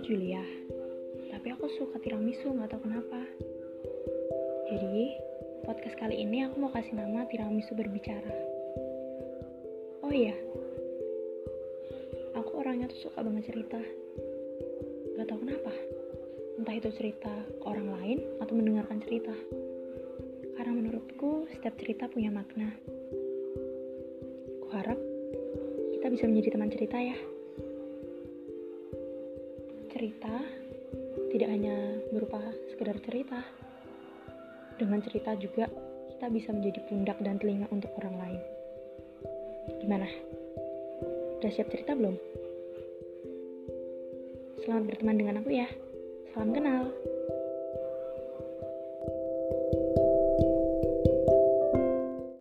Julia, tapi aku suka tiramisu, gak tahu kenapa. Jadi, podcast kali ini aku mau kasih nama Tiramisu Berbicara. Oh iya, aku orangnya tuh suka banget cerita. Gak tahu kenapa, entah itu cerita ke orang lain atau mendengarkan cerita. Karena menurutku setiap cerita punya makna. Aku harap kita bisa menjadi teman cerita ya. Cerita tidak hanya berupa sekedar cerita. Dengan cerita juga kita bisa menjadi pundak dan telinga untuk orang lain. Gimana? Udah siap cerita belum? Selamat berteman dengan aku ya. Salam kenal.